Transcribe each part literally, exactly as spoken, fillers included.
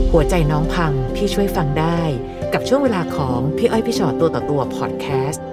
หัวใจน้องพังพี่ช่วยฟังได้กับช่วงเวลาของพี่อ้อยพี่ชอตตัวต่อตัวพอดแคสต์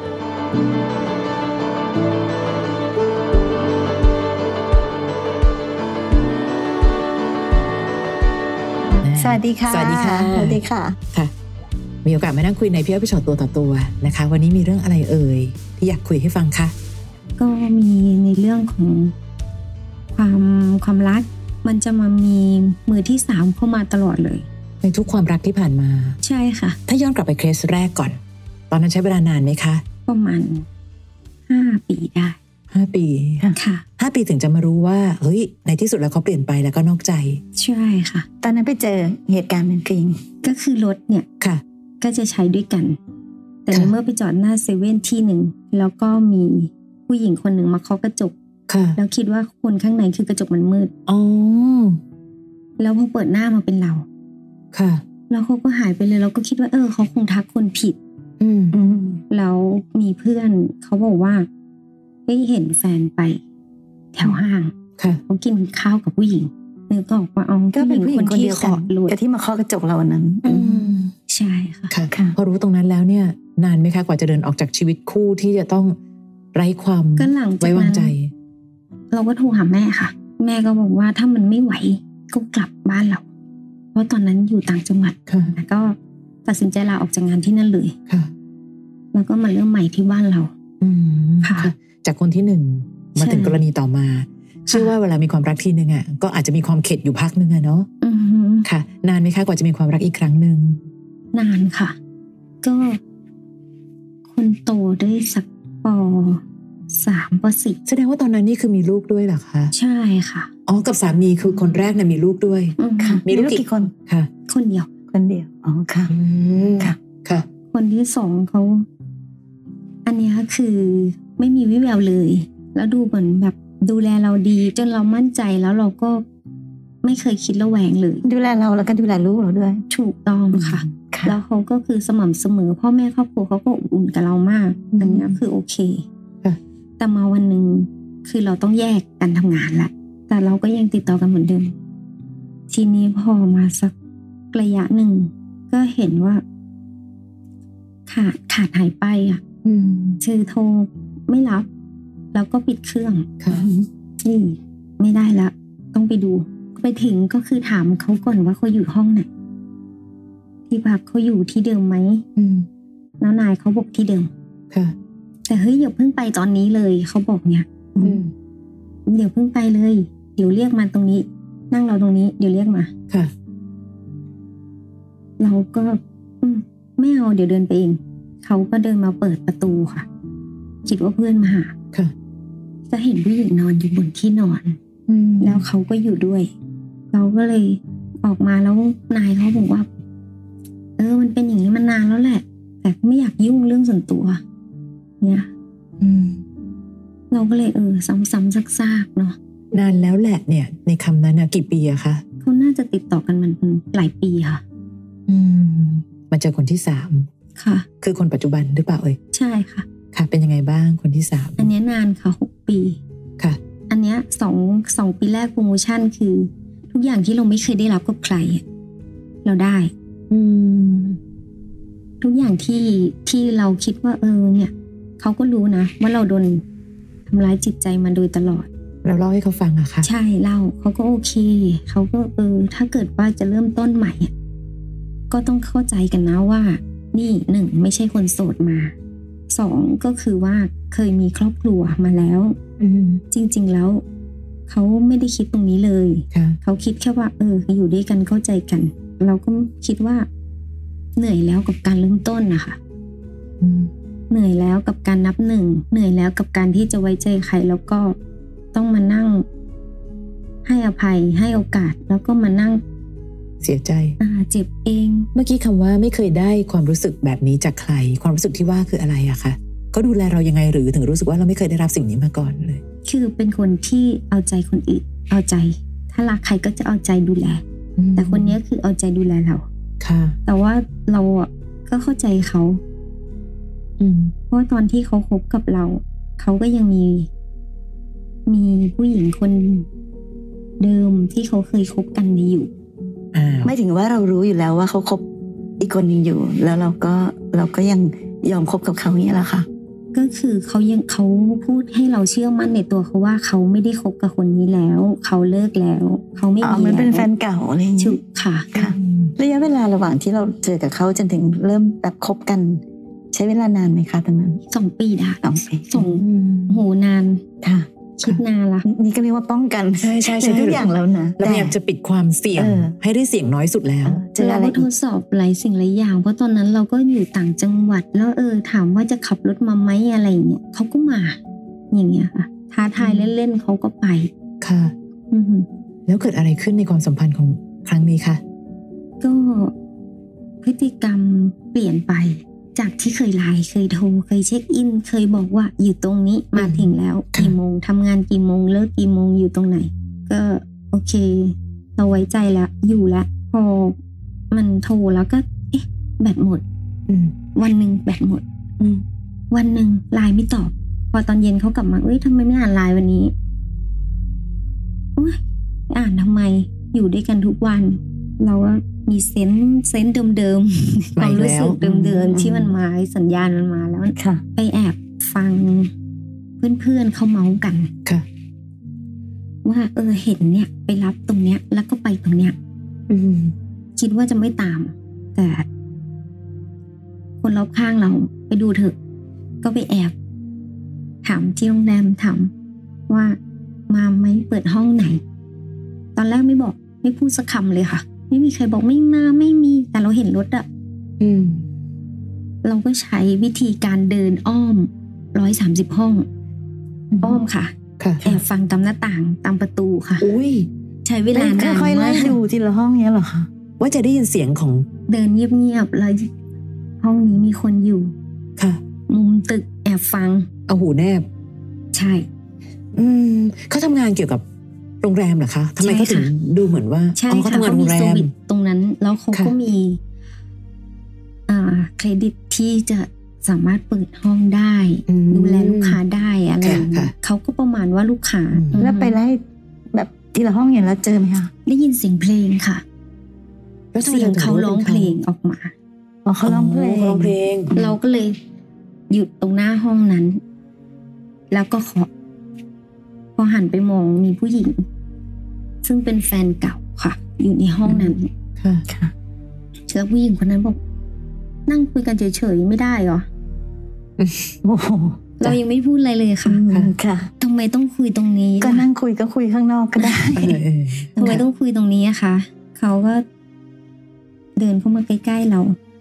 สวัสดีค่ะสวัสดีค่ะสวัสดีค่ะค่ะมีโอกาสมานั่งคุยในพี่อ้อยพี่ชอตตัวต่อตัวนะคะวันนี้มีเรื่องอะไรเอ่ยที่อยากคุยให้ฟังคะก็มีในเรื่องของความความรักมันจะมามีมือที่สามเข้ามาตลอดเลยในทุกความรักที่ผ่านมาใช่ค่ะถ้าย้อนกลับไปเคสแรกก่อนตอนนั้นใช้เวลานานไหมคะประมาณห้าปีได้ห้าปีค่ะห้าปีถึงจะมารู้ว่าเฮ้ยในที่สุดแล้วเขาเปลี่ยนไปแล้วก็นอกใจใช่ค่ะตอนนั้นไปเจอเหตุการณ์เป็นจริงก็คือรถเนี่ยค่ะก็จะใช้ด้วยกันแต่เมื่อไปจอดหน้าเซเว่นที่หนึ่งแล้วก็มีผู้หญิงคนหนึ่งมาเคาะกระจกแล้วคิดว่าคนข้างในคือกระจกมันมืดอ๋อแล้วพอเปิดหน้ามาเป็นเราค่ะแล้วเขาก็หายไปเลยเราก็คิดว่าเออเขาคงทักคนผิดอืมอืมแล้วมีเพื่อนเขาบอกว่าได้เห็นแฟนไปแถวห้างเขากินข้าวกับผู้หญิงนึกออกว่าอ๋อก็เป็นผู้หญิงคนเดียวกันกับที่มาเคาะกระจกเราวันนั้นใช่ค่ะค่ะพอรู้ตรงนั้นแล้วเนี่ยนานไหมคะกว่าจะเดินออกจากชีวิตคู่ที่จะต้องไร้ความไว้วางใจเราก็โทรหาแม่ค่ะแม่ก็บอกว่าถ้ามันไม่ไหวก็กลับบ้านเราเพราะตอนนั้นอยู่ต่างจังหวัดแล้วก็ตัดสินใจลาออกจากงานที่นั่นเลยแล้วก็มาเริ่มใหม่ที่บ้านเราค่ะจากคนที่หนึ่งมาถึงกรณีต่อมาเชื่อว่าเวลามีความรักทีนึงอ่ะก็อาจจะมีความเข็ดอยู่พักนึงอะเนาะค่ะนานไหมคะกว่าจะมีความรักอีกครั้งนึงนานค่ะก็คนโตได้สักปสามปสี่แสดงว่าตอนนั้นนี่คือมีลูกด้วยเหรอคะใช่ค่ะอ๋อกับสามีคือคนแรกเนี่ยมีลูกด้วยค่ะมีลูกกี่คนค่ะคนเดียวคนเดียวอ๋อค่ะค่ะค่ะคนที่สองเขาอันนี้คือไม่มีวิแววเลยแล้วดูเหมือนแบบดูแลเราดีจนเรามั่นใจแล้วเราก็ไม่เคยคิดระแวงเลยดูแลเราแล้วก็ดูแลลูกเราด้วยถูกต้องค่ะแล้วเขาก็คือสม่ำเสมอพ่อแม่ครอบครัวเขาก็อบอุ่นกับเรามากอันนี้คือโอเคแต่มาวันหนึ่งคือเราต้องแยกกันทำงานแหละแต่เราก็ยังติดต่อกันเหมือนเดิมทีนี้พอมาสักระยะหนึ่งก็เห็นว่าขาดขาดหายไปอ่ะชื่อโทรไม่รับแล้วก็ปิดเครื่องนี่ไม่ได้ละต้องไปดูไปถึงก็คือถามเขาก่อนว่าเขาอยู่ห้องไหนที่พักเขาอยู่ที่เดิมไหมแล้วนายเขาบอกที่เดิมค่ะแต่เฮ้ยอย่าเพิ่งไปตอนนี้เลยเขาบอกเนี่ยเดี๋ยวเพิ่งไปเลยเดี๋ยวเรียกมาตรงนี้นั่งเราตรงนี้เดี๋ยวเรียกมาค่ะเราก็ไม่เอาเดี๋ยวเดินไปเองเขาก็เดินมาเปิดประตูค่ะคิดว่าเพื่อนมาหาค่ะจะเห็นผู้หญิงนอนอยู่บนที่นอนแล้วเขาก็อยู่ด้วยเราก็เลยออกมาแล้วนายเขาบอกว่าเออมันเป็นอย่างนี้มานานแล้วแหละแต่ไม่อยากยุ่งเรื่องส่วนตัวเนี่ยเราก็เลยเออซ้ำๆซากๆเนาะนานแล้วแหละเนี่ยในคำนั้นนะกี่ปีอะคะเขาน่าจะติดต่อกันมันหลายปีค่ะอืมมาเจอคนที่สามค่ะคือคนปัจจุบันหรือเปล่าเอ่ยใช่ค่ะค่ะเป็นยังไงบ้างคนที่สามอันนี้นานค่ะหกปีค่ะอันเนี้ยสองสองปีแรกโปรโมชั่นคือทุกอย่างที่เราไม่เคยได้รับกับใครเราได้อืมทุกอย่างที่ที่เราคิดว่าเออเนี่ยเขาก็รู้นะว่าเราโดนทำร้ายจิตใจมาโดยตลอดเราเล่าให้เขาฟังอะค่ะใช่เล่าเขาก็โอเคเขาก็เออถ้าเกิดว่าจะเริ่มต้นใหม่ก็ต้องเข้าใจกันนะว่านี่หนึ่งไม่ใช่คนโสดมาสองก็คือว่าเคยมีครอบครัวมาแล้วจริงๆแล้วเขาไม่ได้คิดตรงนี้เลยเขาคิดแค่ว่าเอออยู่ด้วยกันเข้าใจกันเราก็คิดว่าเหนื่อยแล้วกับการเริ่มต้นนะคะเหนื่อยแล้วกับการนับหนึ่งเหนื่อยแล้วกับการที่จะไว้ใจใครแล้วก็ต้องมานั่งให้อภัยให้โอกาสแล้วก็มานั่งเสียใจอ่าเจ็บเองเมื่อกี้คำว่าไม่เคยได้ความรู้สึกแบบนี้จากใครความรู้สึกที่ว่าคืออะไรอะคะเขาดูแลเรายังไงหรือถึงรู้สึกว่าเราไม่เคยได้รับสิ่งนี้มาก่อนเลยคือเป็นคนที่เอาใจคนอื่นเอาใจถ้ารักใครก็จะเอาใจดูแลแต่คนนี้คือเอาใจดูแลเราค่ะแต่ว่าเราอ่ะก็เข้าใจเขาเพราะตอนที่เขาคบกับเราเขาก็ยังมีมีผู้หญิงคนเดิมที่เขาเคยคบกันอยู่อ้าวไม่ถึงว่าเรารู้อยู่แล้วว่าเขาคบอีกคนนึงอยู่แล้วเราก็เราก็ยังยอมคบกับเขาเนี้ยแหละค่ะก็คือเขายังเขาพูดให้เราเชื่อมั่นในตัวเขาว่าเขาไม่ได้คบกับคนนี้แล้วเขาเลิกแล้วเขาไม่มีแล้วมันเป็นแฟนเก่าอะไรอย่างเงี้ยค่ะค่ะระยะเวลาระหว่างที่เราเจอกับเขาจนถึงเริ่มแบบคบกันใช้เวลานานไหมคะตอนนั้นสองปีนะสองปีส่งโหนานค่ะคิดนานละนี่ก็เรียกว่าป้องกันใช่ใช่ใช่ทุกอย่างแล้วนะเราพยายามจะปิดความเสี่ยงให้ได้เสี่ยงน้อยสุดแล้วเจออะไรทดสอบหลายสิ่งหลายอย่างเพราะตอนนั้นเราก็อยู่ต่างจังหวัดแล้วเออถามว่าจะขับรถมาไหมอะไรเงี้ยเขาก็มาอย่างเงี้ยค่ะท้าทายเล่นๆเขาก็ไปค่ะแล้วเกิดอะไรขึ้นในความสัมพันธ์ของครั้งนี้คะก็พฤติกรรมเปลี่ยนไปจากที่เคยไลน์เคยโทรเคยเช็คอินเคยบอกว่าอยู่ตรงนี้มาถึงแล้วกี่โมงทำงานกี่โมงเลิกกี่โมงอยู่ตรงไหนก็โอเคเราไว้ใจแล้วอยู่แล้วพอมันโทรแล้วก็เอ๊ะแบตหมดวันหนึ่งแบตหมดวันหนึ่งไลน์ไม่ตอบพอตอนเย็นเขากลับมาเอ้ยทำไมไม่อ่านไลน์วันนี้โอ๊ยอ่านทำไมอยู่ด้วยกันทุกวันเราว่ามีเซนส์เซนส์เดิมๆความรู้สึกเดิมๆที่มันมาสัญญาณมันมาแล้วไปแอบฟังเพื่อนๆเขาเมาส์กันว่าเออเห็นเนี่ยไปรับตรงเนี้ยแล้วก็ไปตรงเนี้ยคิดว่าจะไม่ตามแต่คนรอบข้างเราไปดูเถอะก็ไปแอบถามที่โรงแรมถามว่ามาไหมเปิดห้องไหนตอนแรกไม่บอกไม่พูดสักคำเลยค่ะไม่มีใครบอกไม่มาไม่มีแต่เราเห็นรถอะเราก็ใช้วิธีการเดินอ้อมร้อยสามสิบห้องอ้อมค่ะแอบฟังตามหน้าต่างตามประตูค่ะอุ้ยใช้เวลานานค่อยๆไล่ดูทีละห้องเนี้ยเหรอคะว่าจะได้ยินเสียงของเดินเงียบๆแล้วห้องนี้มีคนอยู่ค่ะมุมตึกแอบฟังเอาหูแนบใช่อืมเขาทำงานเกี่ยวกับโรงแรมเหรอคะทำไมเขาถึงดูเหมือนว่าเขาทำงานโรงแรมตรงนั้นแล้วเขาก็มีอ่าเครดิตที่จะสามารถเปิดห้องได้ดูแลลูกค้าได้อะไรเขาก็ประมาณว่าลูกค้าแล้วไปไล่แบบทีละห้องอย่างแล้วเจอไหมคะได้ยินเสียงเพลงค่ะเสียงเขาร้องเพลงออกมาอ๋อเขาร้องเพลงร้องเพลงเราก็เลยหยุดตรงหน้าห้องนั้น แล้วก็ขอพอหันไปมองมีผู้หญิงซึ่งเป็นแฟนเก่าค่ะอยู่ในห้องนั้นค่ะค่ะเชื้อผู้หญิงคนนั้นบอกนั่งคุยกันเฉยๆไม่ได้เหรอเรายังไม่พูดอะไรเลยค่ะค่ะทำไมต้องคุยตรงนี้ก็นั่งคุยก็คุยข้างนอกก็ได้ทำไมต้องคุยตรงนี้อะคะเขาก็เดินเข้ามาใกล้ๆเรา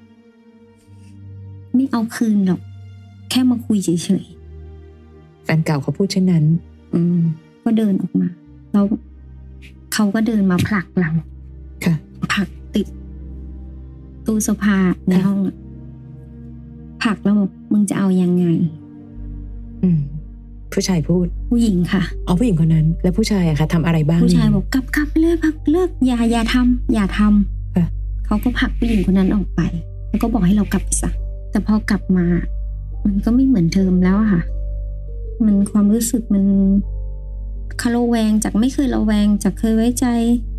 ไม่เอาคืนหรอกแค่มาคุยเฉยๆแฟนเก่าเขาพูดเช่นนั้นอืมก็เดินออกมาแล้วเขาก็เดินมาผลักเราค่ะผลักติดตู้โซฟาในห้องผลักแล้วบอกมึงจะเอายังไงอืมผู้ชายพูดผู้หญิงค่ะอ๋อผู้หญิงคนนั้นแล้วผู้ชายอะคะทำอะไรบ้างผู้ชายบอกกลับกลับเลยพักเลิกอย่าอย่าทำอย่าทำค่ะเขาก็ผลักผู้หญิงคนนั้นออกไปแล้วก็บอกให้เรากลับไปซะแต่พอกลับมามันก็ไม่เหมือนเดิมแล้วอะค่ะมันความรู้สึกมันคาระแวงจากไม่เคยระแวงจากเคยไว้ใจ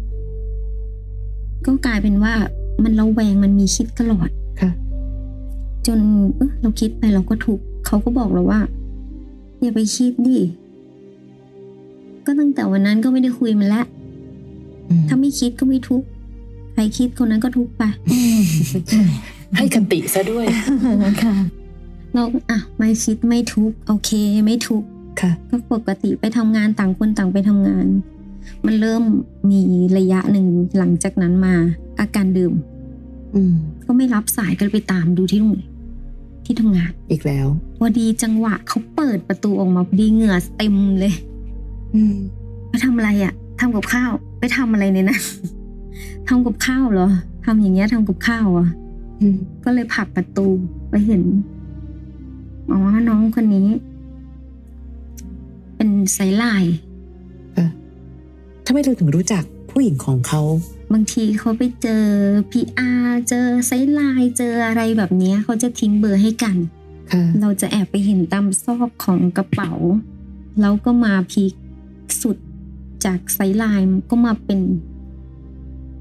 ก็กลายเป็นว่ามันระแวงมันมีคิดตลอดค่ะจนเออเราคิดไปเราก็ถูกเขาก็บอกเราว่าอย่าไปคิดดิก็ตั้งแต่วันนั้นก็ไม่ได้คุยมันแล้วถ้าไม่คิดก็ไม่ทุกข์ใครคิดคนนั้นก็ทุกข์ไปให้คติซะด้วยค่ะเราอ่ะไม่คิดไม่ทุกข์โอเคไม่ทุกข์ค่ะก็ปกติไปทำงานต่างคนต่างไปทำงานมันเริ่มมีระยะหนึ่งหลังจากนั้นมาอาการดื่มก็ไม่รับสายก็ไปตามดูที่โรงเรียนที่ทำงานอีกแล้วพอดีจังหวะเขาเปิดประตูออกมาพอดีเหงื่อเต็มเลยไปทำอะไรอ่ะทำกับข้าวไปทำอะไรเนี่ยนะทำกับข้าวเหรอทำอย่างเงี้ยทำกับข้าวอ่ะก็เลยผลักประตูไปเห็นอ๋อน้องคนนี้เป็นไซไลน์ทำไมเราถึงรู้จักผู้หญิงของเขาบางทีเขาไปเจอ พี อาร์ เจอไซไลน์เจออะไรแบบนี้เขาจะทิ้งเบอร์ให้กันเราจะแอบไปเห็นตามซอกของกระเป๋าแล้วก็มาพีคสุดจากไซไลน์ก็มาเป็น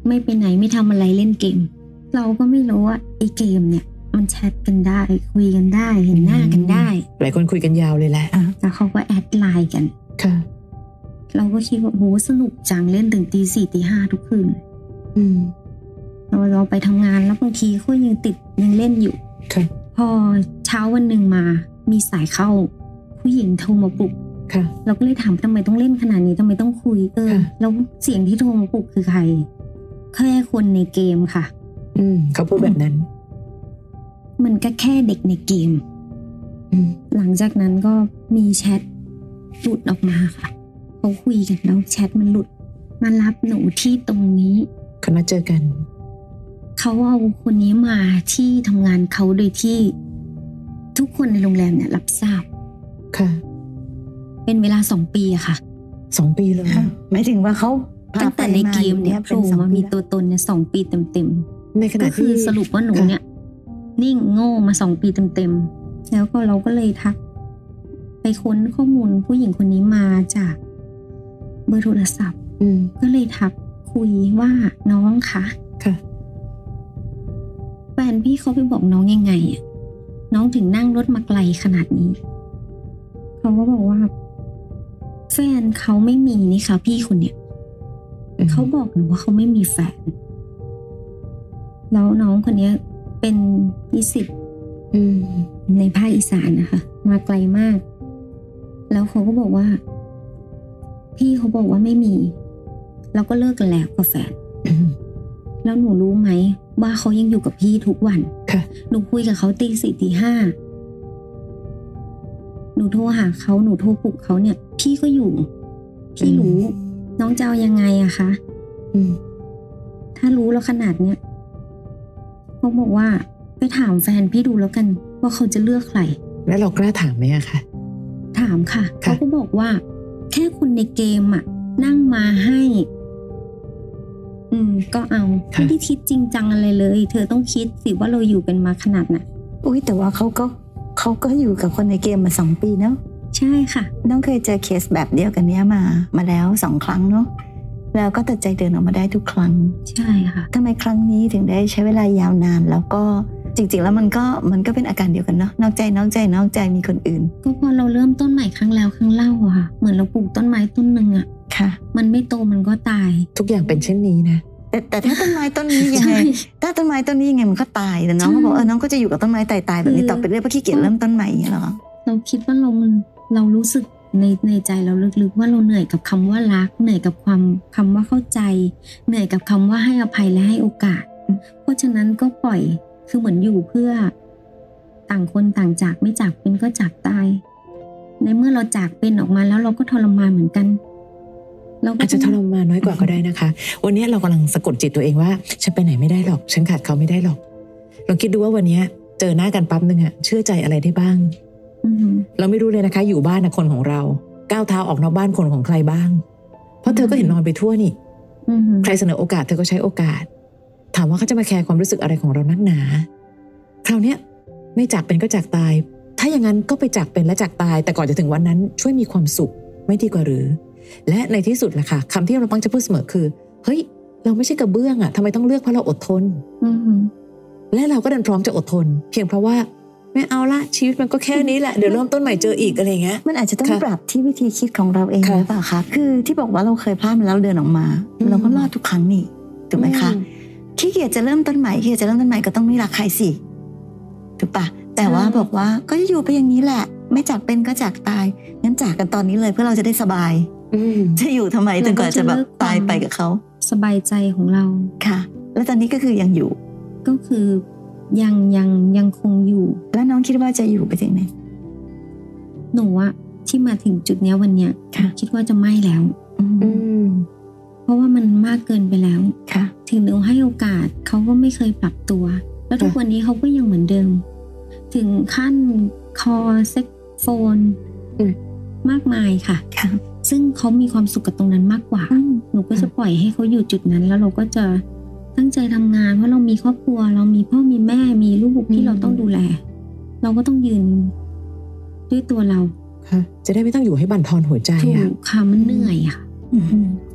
ไม่ไปไหนไม่ทำอะไรเล่นเกมเราก็ไม่รู้ว่าไอ้เกมเนี่ยมันแชทกันได้คุยกันได้เห็นหน้ากันได้หลายคนคุยกันยาวเลยแหละแล้วเขาก็แอดไลน์กันค่ะเราก็คิดว่าโหสนุกจังเล่นถึงตีสี่ตีห้าทุกคืนอืมเราเราไปทำงานแล้วบางทีก็ยังติดยังเล่นอยู่ค่ะพอเช้าวันหนึ่งมามีสายเข้าผู้หญิงโทรมาปลุกค่ะเราก็เลยถามทำไมต้องเล่นขนาดนี้ทำไมต้องคุยเออแล้วเสียงที่โทรมาปลุกคือใครแค่คนในเกมค่ะอืมเขาพูดแบบนั้นมันก็แค่เด็กในเกมหลังจากนั้นก็มีแชทหลุดออกมาค่ะเขาคุยกันแล้วแชทมันหลุดมารับหนูที่ตรงนี้เขามาเจอกันเขาเอาคนนี้มาที่ทำงานเขาโดยที่ทุกคนในโรงแรมเนี่ยรับทราบค่ะเป็นเวลาสองปีอะค่ะสองปีเลยหมายถึงว่าเขาตั้งแต่ในเกมเนี่ยโผล่มามีตัวตนเนี่ยสองปีเต็มๆในขณะที่ก็คือสรุปว่าหนูเนี่ยนิ่งโง่มาสองปีเต็มๆแล้วก็เราก็เลยทักไปค้นข้อมูลผู้หญิงคนนี้มาจากเบอร์โทรศัพท์ก็เลยทักคุยว่าน้องคะค่ะแฟนพี่เขาไปบอกน้องยังไงอ่ะน้องถึงนั่งรถมาไกลขนาดนี้เขาก็บอกว่าแฟนเขาไม่มีนี่ค่ะพี่คนเนี้ยเขาบอกหนูว่าเขาไม่มีแฟนแล้วน้องคนเนี้ยเป็นนิสิตในภาคอีสานนะคะมาไกลมากแล้วเขาก็บอกว่าพี่เขาบอกว่าไม่มีแล้วก็เลิกกันแล้วกับแฟนแล้วหนูรู้ไหมว่าเขายังอยู่กับพี่ทุกวันหนูคุยกับเขาตีสี่ตีห้าหนูโทรหาเขาหนูโทรปลุกเขาเนี่ยพี่ก็อยู่พี่รู้น้องจะเอายังไงอะคะถ้ารู้แล้วขนาดเนี้ยเขาบอกว่าไปถามแฟนพี่ดูแล้วกันว่าเขาจะเลือกใครแล้วเรากล้าถามไหมอะคะถามค่ะเขาก็บอกว่าแค่คนในเกมอะนั่งมาให้อืมก็เอาไม่ได้คิดจริงจังอะไรเลยเธอต้องคิดสิว่าเราอยู่กันมาขนาดไหนอุ้ยแต่ว่าเขาก็เขาก็อยู่กับคนในเกมมาสองปีเนาะใช่ค่ะน้องเคยเจอเคสแบบเดียวกันเนี้ยมามาแล้วสองครั้งเนาะแล้วก็ตัดใจเดินออกมาได้ทุกครั้งใช่ค่ะทำไมครั้งนี้ถึงได้ใช้เวลายาวนานแล้วก็จริงๆแล้วมันก็มันก็เป็นอาการเดียวกันเนาะนอกใจนอกใจนอกใจมีคนอื่นก็พอเราเริ่มต้นใหม่ครั้งแล้วครั้งเล่าอะค่ะเหมือนเราปลูกต้นไม้ต้นหนึ่งอะค่ะมันไม่โตมันก็ตายทุกอย่างเป็นเช่นนี้นะแต่แต่ถ้าต้นไม้ต้นนี้ยังไงถ้าต้นไม้ต้นนี้ยังไงมันก็ตายแต่น้องก็บอกเออน้องก็จะอยู่กับต้นไม้ตายๆแบบนี้ต่อไปเรื่อยเพราะขี้เกียจเริ่มต้นใหม่อย่างเงี้ยหรอเราคิดว่าเราเรารู้สึกในในใจเราลึกๆว่าเราเหนื่อยกับคำว่ารักเหนื่อยกับความคำว่าเข้าใจเหนื่อยกับคำว่าให้อภัยและให้โอกาสเพราะฉะนั้นก็ปล่อยคือเหมือนอยู่เพื่อต่างคนต่างจากไม่จากเป็นก็จากตายในเมื่อเราจากเป็นออกมาแล้วเราก็ทรมานเหมือนกันอาจจะทรมานน้อยกว่าก็ได้นะคะวันนี้เรากำลังสะกดจิตตัวเองว่าฉันไปไหนไม่ได้หรอกฉันขาดเขาไม่ได้หรอกลองคิดดูว่าวันนี้เจอหน้ากันปั๊บนึงอะเชื่อใจอะไรได้บ้างเราไม่รู้เลยนะคะอยู่บ้านนะคนของเราก้าวเท้าออกนอกบ้านคนของใครบ้างเพราะเธอก็เห็นนอนไปทั่วนี่ใครเสนอโอกาสเธอก็ใช้โอกาสถามว่าเขาจะมาแคร์ความรู้สึกอะไรของเรานักหนาคราวนี้ไม่จากเป็นก็จากตายถ้าอย่างนั้นก็ไปจากเป็นและจากตายแต่ก่อนจะถึงวันนั้นช่วยมีความสุขไม่ดีกว่าหรือและในที่สุดล่ะค่ะคำที่เราต้องจะพูดเสมอคือเฮ้ยเราไม่ใช่กระเบื้องอะทำไมต้องเลือกเพราะเราอดทนและเราก็ดันพร้อมจะอดทนเพียงเพราะว่าไม่เอาละชีวิตมันก็แค่นี้แหละเดี๋ยวเริ่มต้นใหม่เจออีกอะไรเงี้ยมันอาจจะต้องปรับที่วิธีคิดของเราเองหรือเปล่าคะคือที่บอกว่าเราเคยพลาดมาแล้วเดินออกมาเราก็รอดทุกครั้งนี่ถูกไหมคะขี้เกียจจะเริ่มต้นใหม่ขี้เกียจจะเริ่มต้นใหม่ก็ต้องไม่รักใครสิถูกปะแต่ว่าบอกว่าก็จะอยู่ไปอย่างนี้แหละไม่จากเป็นก็จากตายงั้นจากกันตอนนี้เลยเพื่อเราจะได้สบายจะอยู่ทำไมจนกว่าจะแบบตายไปกับเขาสบายใจของเราค่ะแล้วตอนนี้ก็คือยังอยู่ก็คือยังยังยังคงอยู่แล้วน้องคิดว่าจะอยู่ไปถึงไหนหนูอะที่มาถึงจุดนี้วันเนี้ยคิดว่าจะไม่แล้วเพราะว่ามันมากเกินไปแล้วถึงหนูให้โอกาสเขาก็ไม่เคยปรับตัวแล้วทุกวันนี้เขาก็ยังเหมือนเดิมถึงขั้นคอเซ็กโฟนมากมายค่ะซึ่งเขามีความสุขกับตรงนั้นมากกว่าหนูก็จะปล่อยให้เขาอยู่จุดนั้นแล้วเราก็จะตั้งใจทำงานเพราะเรามีครอบครัวเรามีพ่อมีแม่มีลูกที่เราต้องดูแลเราก็ต้องยืนด้วยตัวเราค่ะจะได้ไม่ต้องอยู่ให้บั่นทอนหัวใจถูกค่ะมันเหนื่อยค่ะ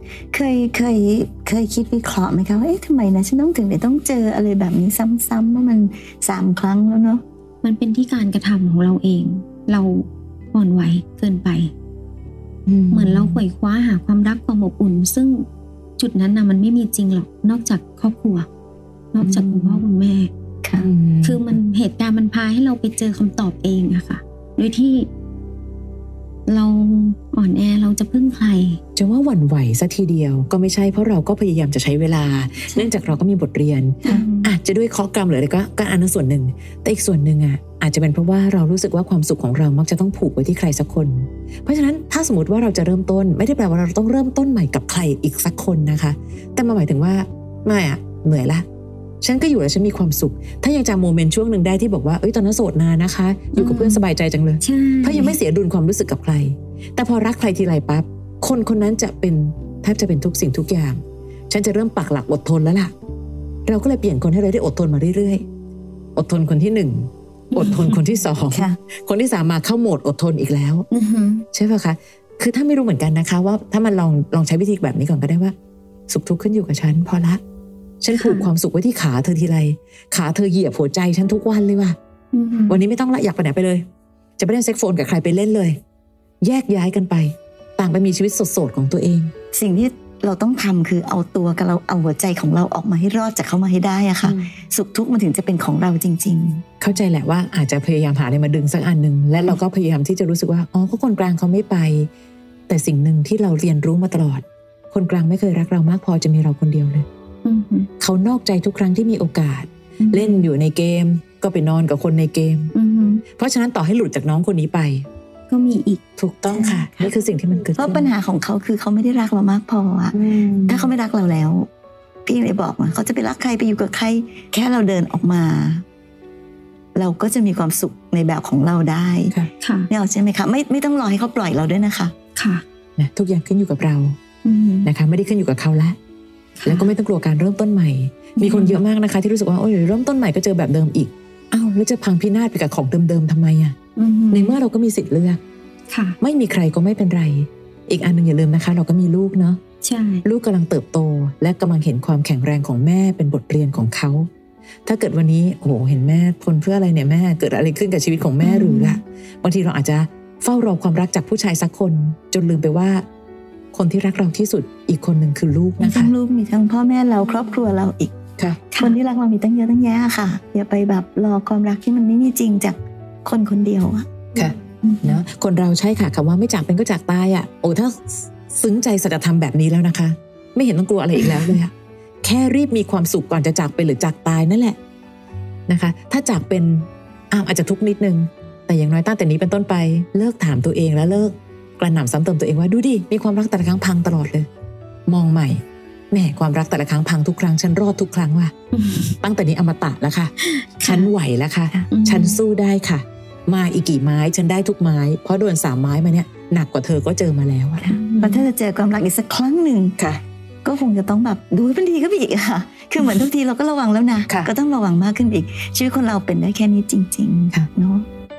เคยเคยเคยคิดวิเคราะห์ไหมคะว่าเอ๊ะทำไมนะฉันต้องถึงได้ต้องเจออะไรแบบนี้ซ้ำๆว่ามันสามครั้งแล้วเนาะมันเป็นที่การกระทำของเราเองเราอ่อนไหวเกินไปเหมือนเราไขว่คว้าหาความรักความอบอุ่นซึ่งจุดนั้นนะมันไม่มีจริงหรอกนอกจากครอบครัวนอกจากคุณพ่อคุณแม่ค่ะคือมันเหตุการณ์มันพาให้เราไปเจอคำตอบเองอะค่ะโดยที่เราอ่อนแอเราจะพึ่งใครจะว่าหวั่นไหวซะทีเดียวก็ไม่ใช่เพราะเราก็พยายามจะใช้เวลาเนื่องจากเราก็มีบทเรียนอาจจะด้วยข้อกรรมหรืออะไรก็ก็อันนั้นส่วนหนึ่งแต่อีกส่วนหนึ่งอ่ะอาจจะเป็นเพราะว่าเรารู้สึกว่าความสุขของเรามักจะต้องผูกไว้ที่ใครสักคนเพราะฉะนั้นถ้าสมมติว่าเราจะเริ่มต้นไม่ได้แปลว่าเราต้องเริ่มต้นใหม่กับใครอีกสักคนนะคะแต่มาหมายถึงว่าไม่อ่ะเหนื่อยละฉันก็อยู่แล้วฉันมีความสุขถ้ายังจำโมเมนต์ช่วงหนึ่งได้ที่บอกว่าเอ้ยตอนนั้นโสดนานนะคะอยู่กับเพื่อนสบายใจจังเลยเพราะยังไม่เสียดุลความรู้สึกกับใครแต่พอรักใครทีไรปั๊บคนคนนั้นจะเป็นแทบจะเป็นทุกสิ่งทุกอย่างฉันจะเริ่มปักหลักอดทนแล้วล่ะเราก็เลยเปลี่ยนคนให้เราได้อดทนมาเรื่อยๆอดทนคนที่หนึ่งอดทนคนที่สองคนที่สามมาเข้าโหมดอดทนอีกแล้วใช่ป่ะคะคือถ้าไม่รู้เหมือนกันนะคะว่าถ้ามันลองลองใช้วิธีแบบนี้ก่อนก็ได้ว่าสุขทุกข์ขึ้นอยู่กับฉันพอละฉันผูกความสุขไว้ที่ขาเธอทีไรขาเธอเหยียบหัวใจฉันทุกวันเลยว่ะวันนี้ไม่ต้องละอยากไปไหนไปเลยจะไม่ได้เซ็กโฟนกับใครไปเล่นเลยแยกย้ายกันไปต่างไปมีชีวิตสดๆของตัวเองสิ่งที่เราต้องทำคือเอาตัวกับเราเอาหัวใจของเราออกมาให้รอดจากเขามาให้ได้อะค่ะสุขทุกข์มันถึงจะเป็นของเราจริงๆเข้าใจแหละว่าอาจจะพยายามหาอะไรมาดึงสักอันหนึ่งและเราก็พยายามที่จะรู้สึกว่าอ๋อก็คนกลางเขาไม่ไปแต่สิ่งหนึ่งที่เราเรียนรู้มาตลอดคนกลางไม่เคยรักเรามากพอจะมีเราคนเดียวเลยเขานอกใจทุกครั้งที่มีโอกาสเล่นอยู่ในเกมก็ไปนอนกับคนในเกมเพราะฉะนั้นต่อให้หลุดจากน้องคนนี้ไปก็มีอีกถูกต้องค่ะนี่คือสิ่งที่มันเกิดขึ้นเพราะปัญหาของเขาคือเขาไม่ได้รักเรามากพออะถ้าเขาไม่รักเราแล้วพี่เลยบอกว่าเขาจะไปรักใครไปอยู่กับใครแค่เราเดินออกมาเราก็จะมีความสุขในแบบของเราได้ค่ะนี่เอาใช่ไหมคะไม่ไม่ต้องรอให้เขาปล่อยเราด้วยนะคะค่ะนะทุกอย่างขึ้นอยู่กับเรานะคะไม่ได้ขึ้นอยู่กับเขาละแล้วก็ไม่ต้องกลัวการเริ่มต้นใหม่มีคนเยอะมากนะคะที่รู้สึกว่าโอ้ยเริ่มต้นใหม่ก็เจอแบบเดิมอีกอ้าวแล้วจะพังพินาศไปกับของเดิมๆทำไมอ่ะในเมื่อเราก็มีสิทธิ์เลือกไม่มีใครก็ไม่เป็นไรอีกอันหนึ่งอย่าลืมนะคะเราก็มีลูกเนาะใช่ลูกกำลังเติบโตและกำลังเห็นความแข็งแรงของแม่เป็นบทเรียนของเขาถ้าเกิดวันนี้โอ้โหเห็นแม่ทนเพื่ออะไรเนี่ยแม่เกิดอะไรขึ้นกับชีวิตของแม่หรือละบางทีเราอาจจะเฝ้ารอความรักจากผู้ชายสักคนจนลืมไปว่าคนที่รักเราที่สุดอีกคนหนึ่งคือลูกนะคะมีทั้งลูกมีทั้งพ่อแม่เราครอบครัวเราอีกคนที่รักเรามีตั้งเยอะตั้งแยะค่ะอย่าไปแบบรอความรักที่มันไม่มีจริงจากคนคนเดียวอะค่ะเนาะคนเราใช่ค่ะคำว่าไม่จากเป็นก็จากตายอ่ะโอ้ถ้าซึ้งใจสัจธรรมแบบนี้แล้วนะคะไม่เห็นต้องกลัวอะไรอีกแล้วเลยอะแค่รีบมีความสุขก่อนจะจากไปหรือจากตายนั่นแหละนะคะถ้าจากเป็นอ้าวอาจจะทุกข์นิดนึงแต่อย่างน้อยตั้งแต่นี้เป็นต้นไปเลิกถามตัวเองแล้วเลิกกระหน่ำซ้ำเติมตัวเองว่าดูดิมีความรักแต่ละครั้งพังตลอดเลยมองใหม่แม่ความรักแต่ละครั้งพังทุกครั้งฉันรอดทุกครั้งว่ะตั้งแต่นี้อมตะแล้วค่ะฉันไหวแล้วค่ะฉันสู้ได้ค่ะมาอีกกี่ไม้ฉันได้ทุกไม้เพราะโดนสามไม้มาเนี่ยหนักกว่าเธอก็เจอมาแล้วอะแล้วถ้าจะเจอความรักอีกสักครั้งหนึ่งค่ะก็คงจะต้องแบบดูให้เป็นดีก็อีกค่ะคือเหมือนทุกทีเราก็ระวังแล้วนะก็ต้องระวังมากขึ้นอีกชีวิตคนเราเป็นได้แค่นี้จริงๆเนาะ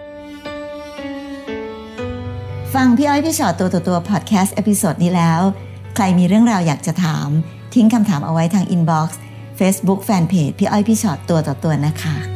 ฟังพี่อ้อยพี่ชอตตัวต่อตัวพอดแคสต์เอพิโซดนี้แล้วใครมีเรื่องราวอยากจะถามทิ้งคำถามเอาไว้ทางอินบ็อกซ์ Facebook Fanpage พี่อ้อยพี่ชอตตัวต่อตัวนะคะ